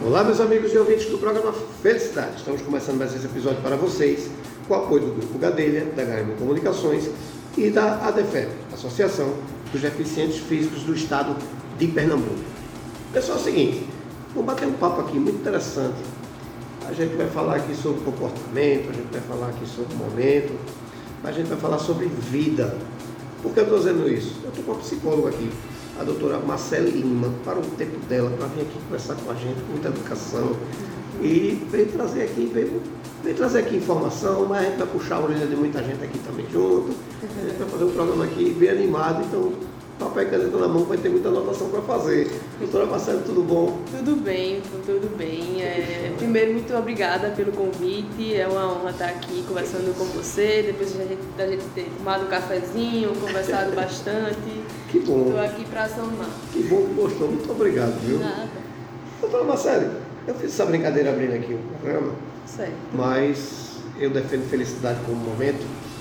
Olá, meus amigos e ouvintes do programa Felicidade. Estamos começando mais esse episódio para vocês com o apoio do Grupo Gadelha, da HM Comunicações e da ADEFEP, Associação dos Deficientes Físicos do Estado de Pernambuco. Pessoal, é o seguinte, vamos bater um papo aqui muito interessante. A gente vai falar aqui sobre comportamento, a gente vai falar aqui sobre momento, a gente vai falar sobre vida. Por que eu estou dizendo isso? Eu estou com uma psicóloga aqui, a doutora Marcele Lima, para o tempo dela, para vir aqui conversar com a gente, com muita educação. E veio trazer aqui informação, mas a gente vai puxar a orelha de muita gente aqui também junto. A gente vai fazer um programa aqui bem animado, então papai e caneta na mão vai ter muita anotação para fazer. Doutora Marcele, tudo bom? Tudo bem. Primeiro, muito obrigada pelo convite, é uma honra estar aqui conversando com você, depois da gente ter tomado um cafezinho, conversado bastante. Que bom. Estou aqui para somar. Que bom que gostou, muito obrigado, viu? Nada. Doutora Marcele, eu fiz essa brincadeira abrindo aqui o programa, Certo. mas eu defendo felicidade como momento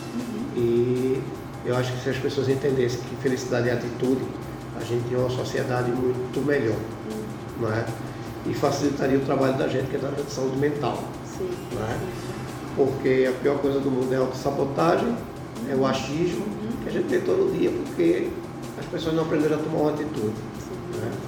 e eu acho que se as pessoas entendessem que felicidade é atitude, a gente tem uma sociedade muito melhor, não é? E facilitaria o trabalho da gente, que é da área de saúde mental. Sim. Não é? Porque a pior coisa do mundo é a autossabotagem, é o achismo, que a gente tem todo dia, porque as pessoas não aprenderam a tomar uma atitude. Não é?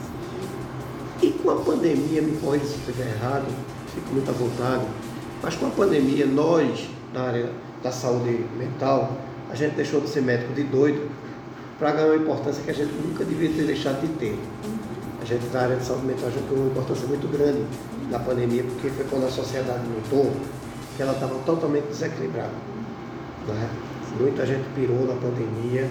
E com a pandemia, me corrija se estiver errado, fico muito à vontade, mas com a pandemia, nós, na área da saúde mental, a gente deixou de ser médico de doido para ganhar uma importância que a gente nunca devia ter deixado de ter. A gente, na área de saúde mental, a gente tem uma importância muito grande na pandemia, porque foi quando a sociedade notou que ela estava totalmente desequilibrada. Não é? Muita gente pirou na pandemia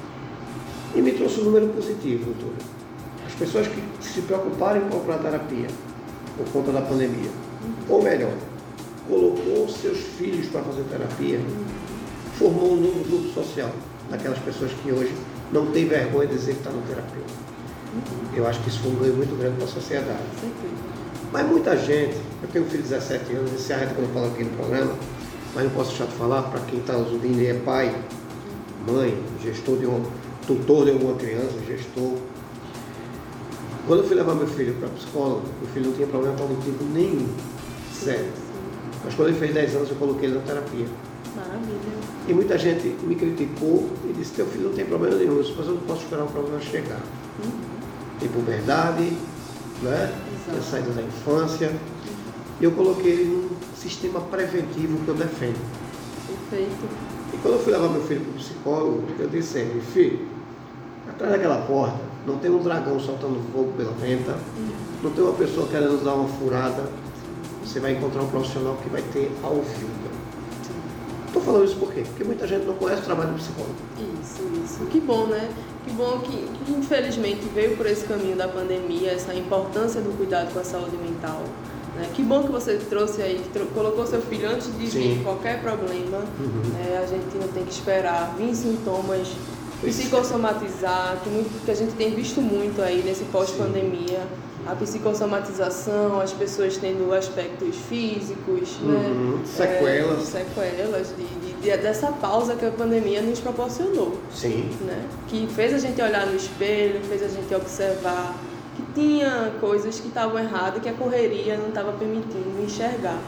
e me trouxe um número positivo, doutora. As pessoas que se preocuparam em procurar terapia por conta da pandemia, ou melhor, colocou seus filhos para fazer terapia, formou um novo grupo social, daquelas pessoas que hoje não têm vergonha de dizer que está no terapeuta. Eu acho que isso foi um ganho muito grande para a sociedade. Mas muita gente, eu tenho um filho de 17 anos, esse arreta quando eu falo aqui no programa, mas não posso deixar de falar, para quem está nos ouvindo, é pai, mãe, tutor de alguma criança, gestor. Quando eu fui levar meu filho para psicólogo, meu filho não tinha problema cognitivo nenhum, sério. Mas quando ele fez 10 anos, eu coloquei ele na terapia. Maravilha. E muita gente me criticou e disse: teu filho não tem problema nenhum, mas eu não posso esperar o problema chegar. Tem puberdade, né? Tem a saída da infância. E eu coloquei ele num sistema preventivo que eu defendo. Perfeito. E quando eu fui levar meu filho para o psicólogo, eu disse a ele: filho, atrás daquela porta não tem um dragão soltando fogo pela venta, não tem uma pessoa querendo dar uma furada, você vai encontrar um profissional que vai ter ajuda. Estou falando isso por quê? Porque muita gente não conhece o trabalho do psicólogo. Isso. Que bom, né? Que bom que infelizmente veio por esse caminho da pandemia, essa importância do cuidado com a saúde mental. Né? Que bom que você trouxe aí, colocou seu filho antes de vir qualquer problema. A gente não tem que esperar vir sintomas, psicossomatizar, que a gente tem visto muito aí nesse pós-pandemia. A psicossomatização, as pessoas tendo aspectos físicos, né? Sequelas dessa pausa que a pandemia nos proporcionou. Sim. Né? Que fez a gente olhar no espelho, fez a gente observar que tinha coisas que estavam erradas, que a correria não estava permitindo enxergar.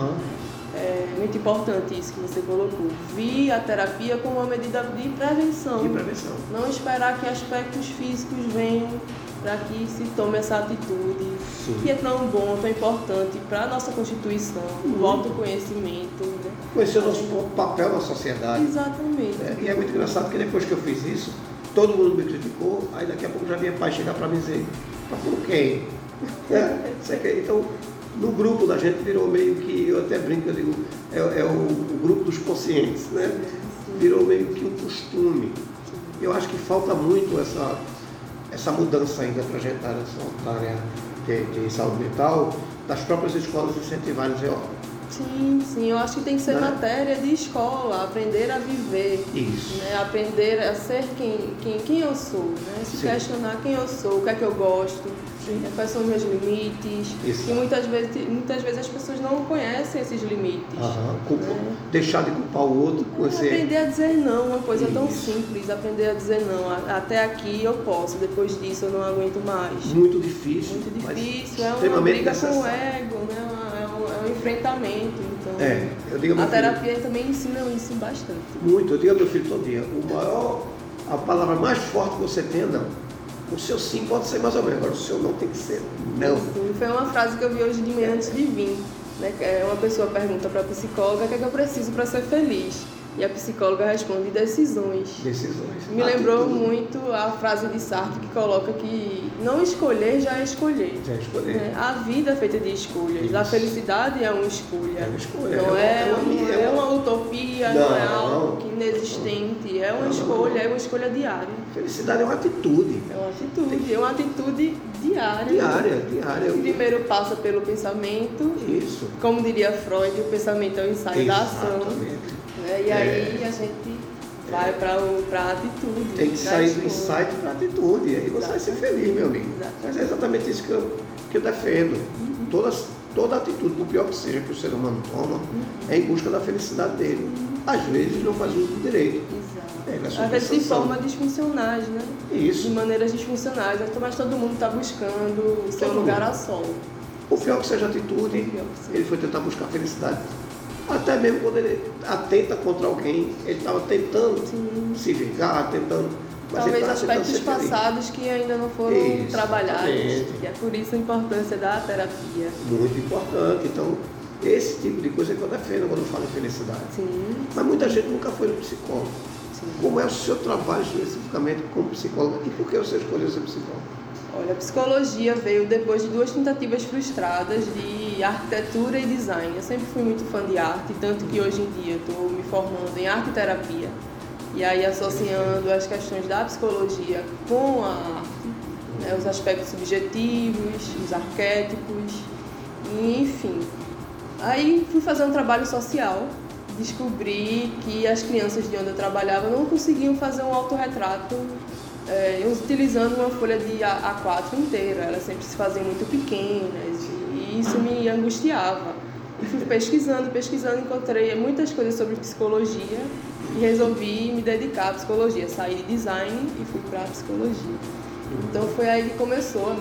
É muito importante isso que você colocou. Vi a terapia como uma medida de prevenção. Não esperar que aspectos físicos venham para que se tome essa atitude, que é tão bom, tão importante para a nossa Constituição, o autoconhecimento. Né? Conhecer o nosso papel na sociedade. Exatamente. E é muito engraçado porque depois que eu fiz isso, todo mundo me criticou, aí daqui a pouco já vinha pai chegar para mim e dizer: mas por quê? Então, no grupo da gente virou meio que, eu até brinco, eu digo, é o grupo dos conscientes, né? Virou meio que um costume. Eu acho que falta muito essa mudança ainda para a gente na área de saúde mental, das próprias escolas incentivarem, dizer, ó. Sim, eu acho que tem que ser matéria de escola, aprender a viver. Isso. Né? Aprender a ser quem eu sou, né? Se questionar quem eu sou, o que é que eu gosto. Sim. Quais são os meus limites. Isso. E muitas vezes as pessoas não conhecem esses limites. Deixar de culpar o outro. Aprender a dizer não, uma coisa Isso. tão simples, aprender a dizer não. Até aqui eu posso, depois disso eu não aguento mais. Muito difícil. É uma briga com o ego, né? É um enfrentamento. Então, a terapia também ensina isso bastante. Muito. Eu digo ao meu filho todo dia, a palavra mais forte que você tem é não. O seu sim pode ser mais ou menos, agora o seu não tem que ser não. Sim, foi uma frase que eu vi hoje de manhã antes de vir. Né? Uma pessoa pergunta para a psicóloga o que é que eu preciso para ser feliz. E a psicóloga responde decisões. Me lembrou muito a frase de Sartre que coloca que não escolher já é escolher. A vida é feita de escolhas. Isso. A felicidade é uma escolha. Não é uma utopia, não é algo que inexistente. É uma escolha diária. Felicidade é uma atitude. É uma atitude diária. Primeiro passa pelo pensamento. Isso. Como diria Freud, o pensamento é o ensaio da ação. E aí a gente vai para a atitude. Tem que sair do insight para a atitude. Aí você vai ser feliz, meu amigo. Mas é exatamente isso que eu defendo. Toda atitude, por pior que seja que o ser humano toma, é em busca da felicidade dele. Às vezes não faz uso do direito. Às vezes de formas disfuncionais, né? Isso. De maneiras disfuncionais. Mas todo mundo está buscando o seu lugar a sol. O pior que seja a atitude, ele foi tentar buscar felicidade. Até mesmo quando ele atenta contra alguém, ele estava tentando se vingar, talvez aspectos passados que ainda não foram trabalhados. E é por isso a importância da terapia. Muito importante. Então, esse tipo de coisa é que eu defendo quando eu falo em felicidade. Mas muita gente nunca foi no psicólogo. Como é o seu trabalho especificamente como psicóloga e por que você escolheu ser psicóloga? Olha, a psicologia veio depois de 2 tentativas frustradas de arquitetura e design. Eu sempre fui muito fã de arte, tanto que hoje em dia estou me formando em arte e terapia. E aí associando as questões da psicologia com a arte, né, os aspectos subjetivos, os arquétipos, e, enfim. Aí fui fazer um trabalho social, descobri que as crianças de onde eu trabalhava não conseguiam fazer um autorretrato utilizando uma folha de A4 inteira, elas sempre se faziam muito pequenas e isso me angustiava. E fui pesquisando, encontrei muitas coisas sobre psicologia e resolvi me dedicar à psicologia, saí de design e fui para a psicologia. Então foi aí que começou a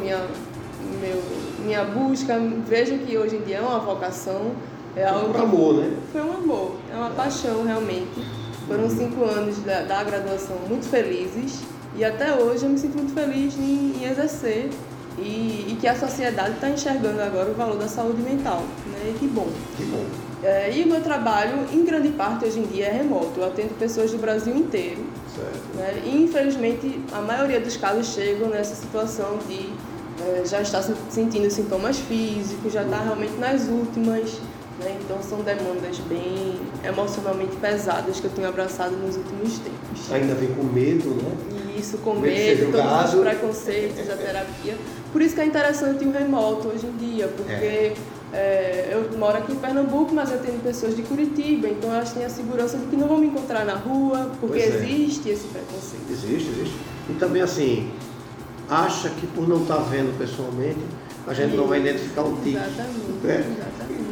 minha busca. Vejo que hoje em dia é uma vocação, é algo um amor, né? Foi um amor, é uma paixão realmente. Foram 5 anos da graduação muito felizes. E até hoje eu me sinto muito feliz em exercer e que a sociedade está enxergando agora o valor da saúde mental, né? E que bom. E o meu trabalho, em grande parte, hoje em dia é remoto. Eu atendo pessoas do Brasil inteiro. Né? E, infelizmente, a maioria dos casos chegam nessa situação de já estar sentindo sintomas físicos, já está realmente nas últimas. Né? Então são demandas bem emocionalmente pesadas que eu tenho abraçado nos últimos tempos. Ainda vem com medo, né? Isso, com medo, todos os preconceitos da terapia. Por isso que é interessante o remoto hoje em dia, porque eu moro aqui em Pernambuco, mas eu tenho pessoas de Curitiba, então elas têm a segurança de que não vão me encontrar na rua, porque existe esse preconceito. Existe. E também assim, acha que por não estar vendo pessoalmente, a gente não vai identificar um tique. Exatamente.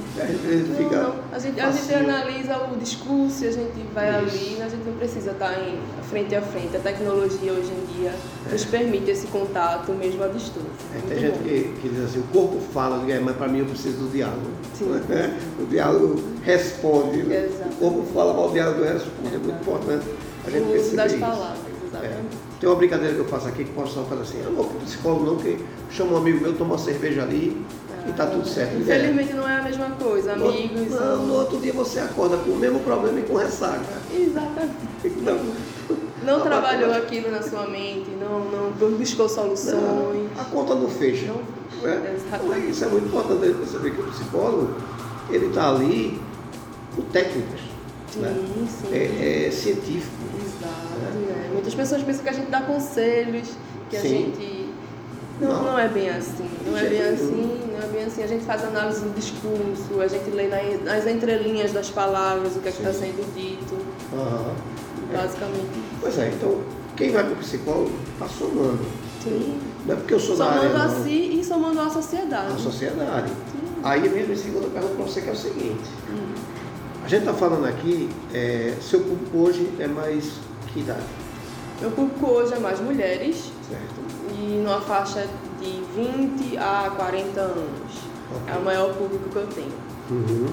A gente analisa o discurso e a gente vai ali, a gente não precisa estar frente a frente. A tecnologia hoje em dia nos permite esse contato mesmo à distância. Tem gente que diz assim, o corpo fala, mas para mim eu preciso do diálogo. O diálogo responde. O corpo fala, mas o diálogo responde. É muito importante a gente perceber isso. Das palavras, exatamente. Tem uma brincadeira que eu faço aqui que o pessoal fala assim, eu não vou para o psicólogo não, que chama um amigo meu, toma uma cerveja ali e está tudo certo. Infelizmente não é a mesma coisa, amigos. No outro dia você acorda com o mesmo problema e com ressaca. Exatamente. Não trabalhou aquilo na sua mente, não buscou soluções. A conta não fecha. Isso é muito importante ele perceber que o psicólogo, ele está ali com técnicas. Sim. É científico. Exato. Muitas pessoas pensam que a gente dá conselhos, que a gente... Não é bem assim. Não é bem assim. A gente faz análise do discurso, a gente lê nas entrelinhas das palavras o que é que está sendo dito. Basicamente. Pois é, então quem vai para o psicólogo está somando. Sim. Não é porque eu sou da área, Somando a não. si e somando a sociedade. A sociedade. Sim. Aí mesmo em segunda pergunta para você, que é o seguinte. A gente está falando aqui, seu público hoje é mais que idade? Meu público hoje é mais mulheres, Certo. e numa faixa de 20 a 40 anos. Ok. É o maior público que eu tenho. Uhum.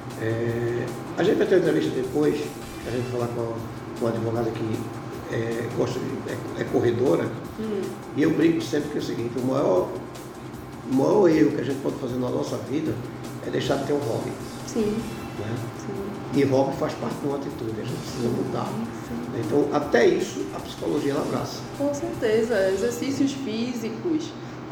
A gente vai ter uma entrevista depois, a gente vai falar com uma advogada que gosta é corredora, e eu brinco sempre que é o seguinte, o maior erro que a gente pode fazer na nossa vida é deixar de ter um hobby. Sim. Né? Sim. E hobby faz parte de uma atitude, a gente precisa mudar. Sim. Então, até isso, a psicologia ela abraça. Com certeza. Exercícios físicos,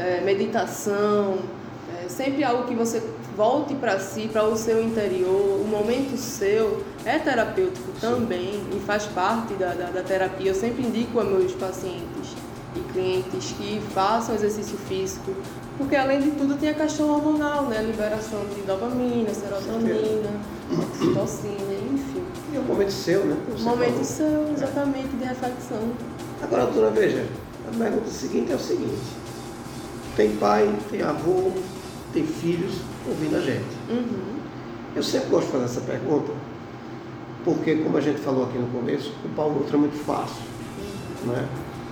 meditação, sempre algo que você volte para si, para o seu interior, o momento seu, é terapêutico também e faz parte da terapia. Eu sempre indico a meus pacientes e clientes que façam exercício físico, porque além de tudo tem a questão hormonal, né? Liberação de dopamina, serotonina, oxitocina, enfim. E é um momento seu, né? Um momento seu, exatamente, de reflexão. Agora, doutora, veja, a pergunta seguinte é o seguinte. Tem pai, tem avô, tem filhos ouvindo a gente. Eu sempre gosto de fazer essa pergunta, porque, como a gente falou aqui no começo, culpar o outro é muito fácil. Né?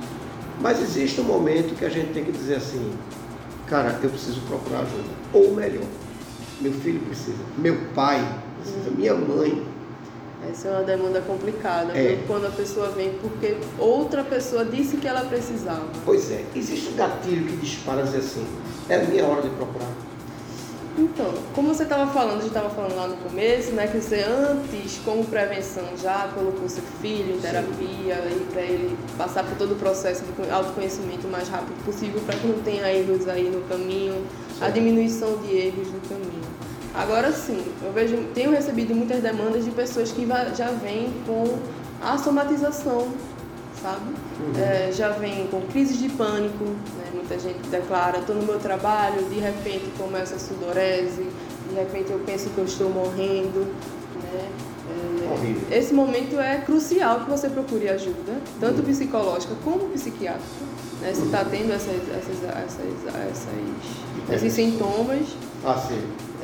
Mas existe um momento que a gente tem que dizer assim, cara, eu preciso procurar ajuda. Ou melhor, meu filho precisa, meu pai precisa, minha mãe. Essa é uma demanda complicada, viu? Quando a pessoa vem porque outra pessoa disse que ela precisava. Pois é, existe um gatilho que dispara dizer assim, é a minha hora de procurar. Então, como você estava falando, a gente estava falando lá no começo, né, que você antes, como prevenção, já colocou seu filho em terapia, para ele passar por todo o processo de autoconhecimento o mais rápido possível, para que não tenha erros aí no caminho, a diminuição de erros no caminho. Agora sim, tenho recebido muitas demandas de pessoas que já vêm com a somatização, sabe? Já vem com crises de pânico, né? Muita gente declara, estou no meu trabalho, de repente começa a sudorese, de repente eu penso que eu estou morrendo, né? Esse momento é crucial que você procure ajuda, tanto psicológica como psiquiátrica, né? Se está tendo esses sintomas. Sim.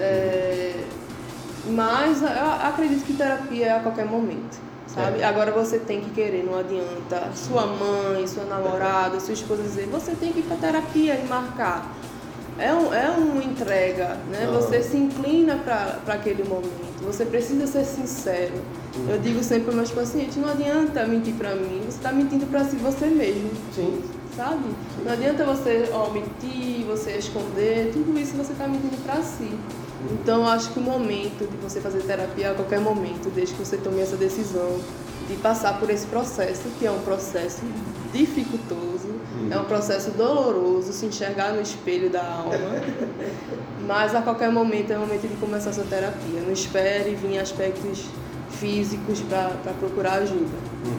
Mas eu acredito que terapia é a qualquer momento, sabe? Agora você tem que querer, não adianta sua mãe, sua namorada, sua esposa dizer, você tem que ir para terapia e marcar. É uma entrega, né? Você se inclina para aquele momento, você precisa ser sincero. Eu digo sempre para meus pacientes, não adianta mentir para mim, você está mentindo para si você mesmo. Sim. Sabe? Não adianta você mentir, você esconder, tudo isso você está mentindo para si. Então, eu acho que o momento de você fazer terapia é a qualquer momento, desde que você tome essa decisão de passar por esse processo, que é um processo dificultoso, é um processo doloroso, se enxergar no espelho da alma, mas a qualquer momento é o momento de começar a sua terapia. Não espere vir aspectos físicos para procurar ajuda.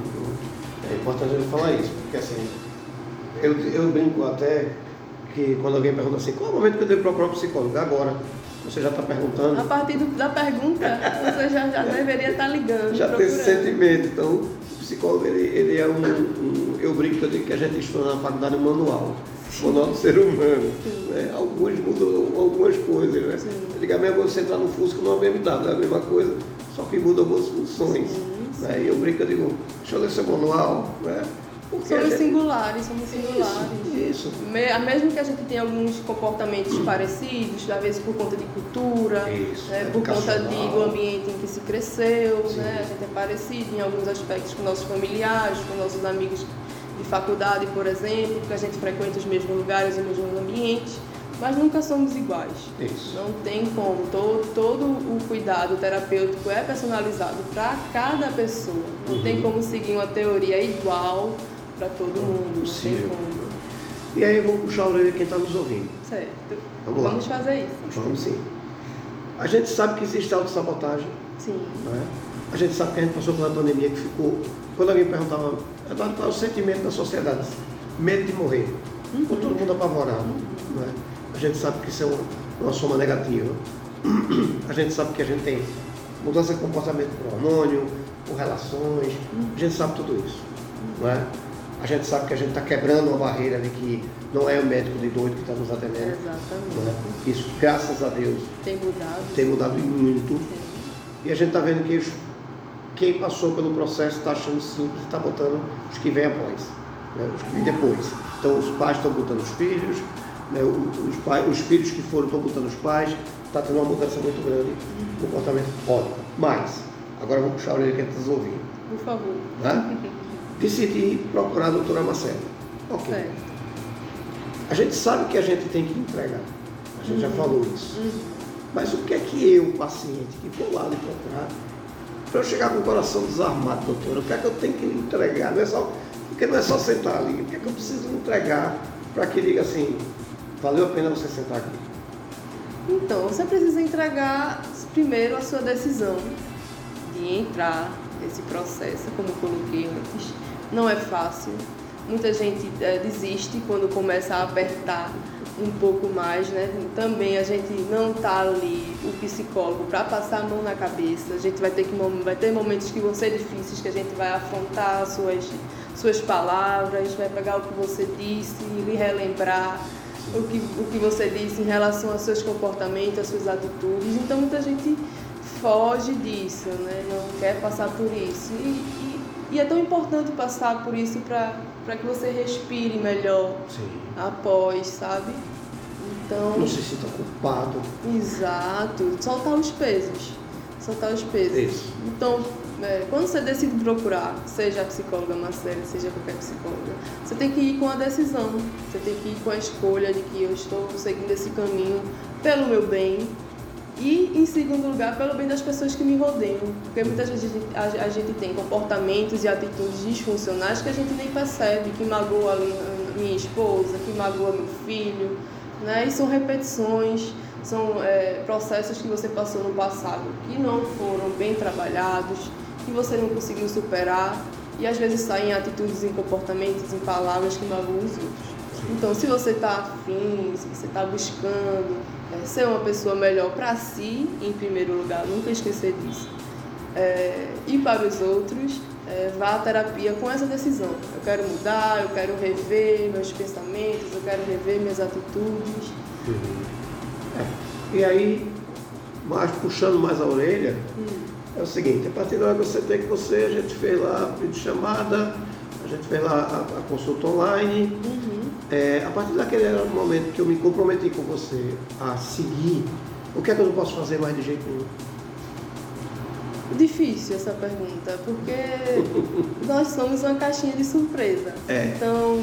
É importante a gente falar isso, porque assim, eu brinco até que quando alguém pergunta assim, qual é o momento que eu devo procurar um psicólogo? Agora. Você já está perguntando. A partir da pergunta, você já deveria estar ligando. Já tem esse sentimento. Então, o psicólogo, ele é eu brinco que eu digo que a gente estuda na faculdade um manual. O manual do ser humano. Né? Alguns mudam algumas coisas. Né? Antigamente você entrar no Fusca numa BMW, é a mesma coisa, só que muda algumas funções. Né? E eu brinco, eu digo, deixa eu ler seu manual. Né? Somos singulares. Isso. Mesmo que a gente tenha alguns comportamentos parecidos, às vezes por conta de cultura, por conta do ambiente em que se cresceu, né? A gente é parecido em alguns aspectos com nossos familiares, com nossos amigos de faculdade, por exemplo, porque a gente frequenta os mesmos lugares, os mesmos ambientes, mas nunca somos iguais. Isso. Não tem como. Todo o cuidado terapêutico é personalizado para cada pessoa. Não tem como seguir uma teoria igual para todo mundo. Não tem como. E aí eu vou puxar a orelha de quem está nos ouvindo. Certo. Vamos fazer isso. Vamos sim. A gente sabe que existe autossabotagem. Sim. Né? A gente sabe que a gente passou pela pandemia que ficou... Quando alguém perguntava, qual é o sentimento da sociedade? Medo de morrer. Ficou todo mundo apavorado. Né? A gente sabe que isso é uma soma negativa. A gente sabe que a gente tem mudança de comportamento por hormônio, por relações. A gente sabe tudo isso. Não é? A gente sabe que a gente está quebrando uma barreira ali que não é o médico de doido que está nos atendendo. Exatamente. Né? Isso, graças a Deus, tem mudado muito. Sim. E a gente está vendo que quem passou pelo processo está achando simples e está botando os que vêm após, né? Os que vêm depois. Então os pais estão botando os filhos, né? Os filhos que foram estão botando os pais, está tendo uma mudança muito grande no comportamento. Olha, mas, agora eu vou puxar a orelha que a gente está ouvindo. Por favor. Né? Decidi procurar a doutora Marcela. Ok. Certo. A gente sabe que a gente tem que entregar. A gente já falou isso. Mas o que é que eu, paciente, que vou lá lhe procurar, para eu chegar com o coração desarmado, doutora, o que é que eu tenho que lhe entregar? Porque não é só sentar ali. O que é que eu preciso lhe entregar para que diga assim, valeu a pena você sentar aqui? Então, você precisa entregar primeiro a sua decisão de entrar nesse processo, como eu coloquei antes. Não é fácil. Muita gente desiste quando começa a apertar um pouco mais, né? Também a gente não está ali, o psicólogo, para passar a mão na cabeça. A gente vai ter momentos que vão ser difíceis, que a gente vai afrontar suas palavras, vai pegar o que você disse e lhe relembrar o que você disse em relação aos seus comportamentos, às suas atitudes. Então muita gente foge disso, né? Não quer passar por isso. E é tão importante passar por isso para que você respire melhor. Sim. Após, sabe? Então... Não se sinta culpado. Exato. Soltar os pesos. Isso. Então, quando você decide procurar, seja a psicóloga Marcela, seja qualquer psicóloga, você tem que ir com a decisão, você tem que ir com a escolha de que eu estou seguindo esse caminho pelo meu bem e, em segundo lugar, pelo bem das pessoas que me rodeiam. Porque muitas vezes a gente tem comportamentos e atitudes disfuncionais que a gente nem percebe, que magoa ali minha esposa, que magoa meu filho, né? E são repetições, são processos que você passou no passado que não foram bem trabalhados, que você não conseguiu superar e às vezes saem atitudes, em comportamentos, em palavras que magoam os outros. Então, se você está afim, se você está buscando ser uma pessoa melhor para si, em primeiro lugar, nunca esquecer disso, e para os outros, vá à terapia com essa decisão. Eu quero mudar, eu quero rever meus pensamentos, eu quero rever minhas atitudes. E aí, puxando mais a orelha, é o seguinte, a partir da hora que você tem que a gente fez lá a videochamada, a gente fez lá a consulta online, a partir daquele momento que eu me comprometi com você a seguir, o que é que eu não posso fazer mais de jeito nenhum? Difícil essa pergunta, porque nós somos uma caixinha de surpresa. Então,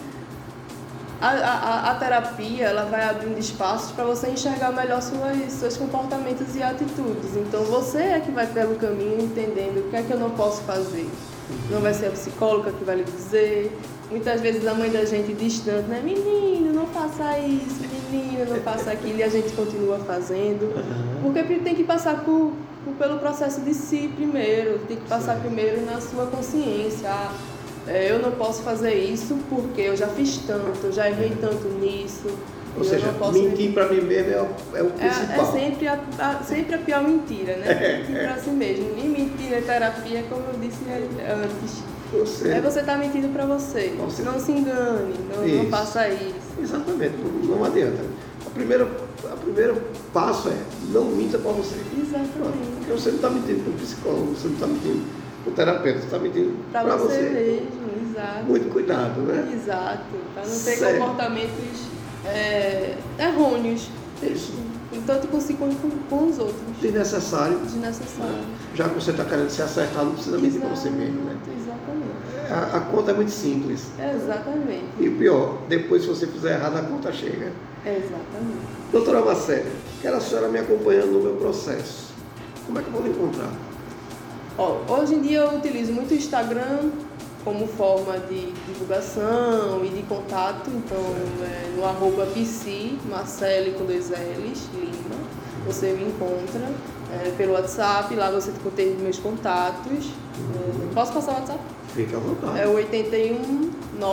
a terapia ela vai abrindo espaços para você enxergar melhor seus comportamentos e atitudes. Então, você é que vai pelo caminho entendendo o que é que eu não posso fazer. Não vai ser a psicóloga que vai lhe dizer. Muitas vezes a mãe da gente distante, né? Menino, não faça isso, menino, não faça aquilo, e a gente continua fazendo. Porque tem que passar pelo processo de si primeiro, tem que passar primeiro na sua consciência. Eu não posso fazer isso porque eu já fiz tanto, eu já errei tanto nisso. Ou seja, mentir para mim mesmo é o principal. Sempre a pior mentira, né? Mentir para si mesmo. E mentir na terapia, como eu disse antes, você está mentindo para você. Não se engane, não faça isso. Exatamente, não adianta. O primeiro passo é não minta para você. Exatamente. Porque você não está mentindo para o psicólogo, você não está mentindo para o terapeuta, você está mentindo para você mesmo, exato. Muito cuidado, né? Exato, para não ter comportamentos errôneos. Isso. Tanto consigo como com os outros. Desnecessário. Já que você está querendo se acertar, não precisa mentir para você mesmo, né? Exatamente. A conta é muito simples. Exatamente. E o pior, depois se você fizer errado, a conta chega. Exatamente. Doutora Marcela, quero a senhora me acompanhando no meu processo. Como é que eu vou lhe encontrar? Hoje em dia eu utilizo muito o Instagram como forma de divulgação e de contato. Então, no @psi, Marcele com 2 L's, Lima, você me encontra. Pelo WhatsApp, lá você tem meus contatos. Posso passar o WhatsApp? Fica à vontade. É o 81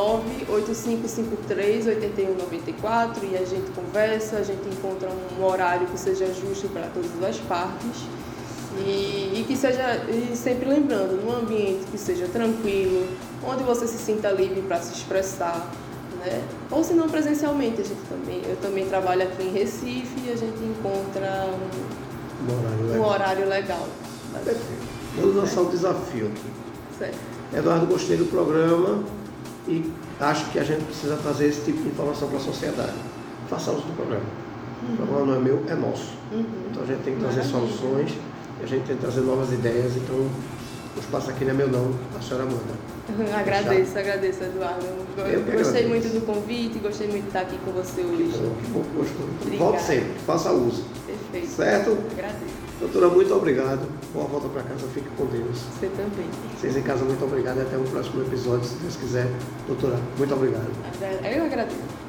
98553 8194 e a gente conversa, a gente encontra um horário que seja justo para todas as partes e que seja, e sempre lembrando, num ambiente que seja tranquilo, onde você se sinta livre para se expressar, né? Ou se não presencialmente, eu também trabalho aqui em Recife e a gente encontra um horário legal. Perfeito. Vamos lançar um desafio aqui. Certo. Eduardo, gostei do programa e acho que a gente precisa trazer esse tipo de informação para a sociedade. Faça uso do programa. O programa não é meu, é nosso. Então a gente tem que trazer soluções, a gente tem que trazer novas ideias. Então o espaço aqui não é meu não, a senhora manda. Agradeço, Eduardo. Eu gostei muito do convite, gostei muito de estar aqui com você hoje. Que bom que gostou. Volte sempre, faça uso. Perfeito. Certo? Agradeço. Doutora, muito obrigado. Boa volta para casa, fique com Deus. Você também. Vocês em casa, muito obrigado e até o próximo episódio, se Deus quiser. Doutora, muito obrigado. Eu agradeço.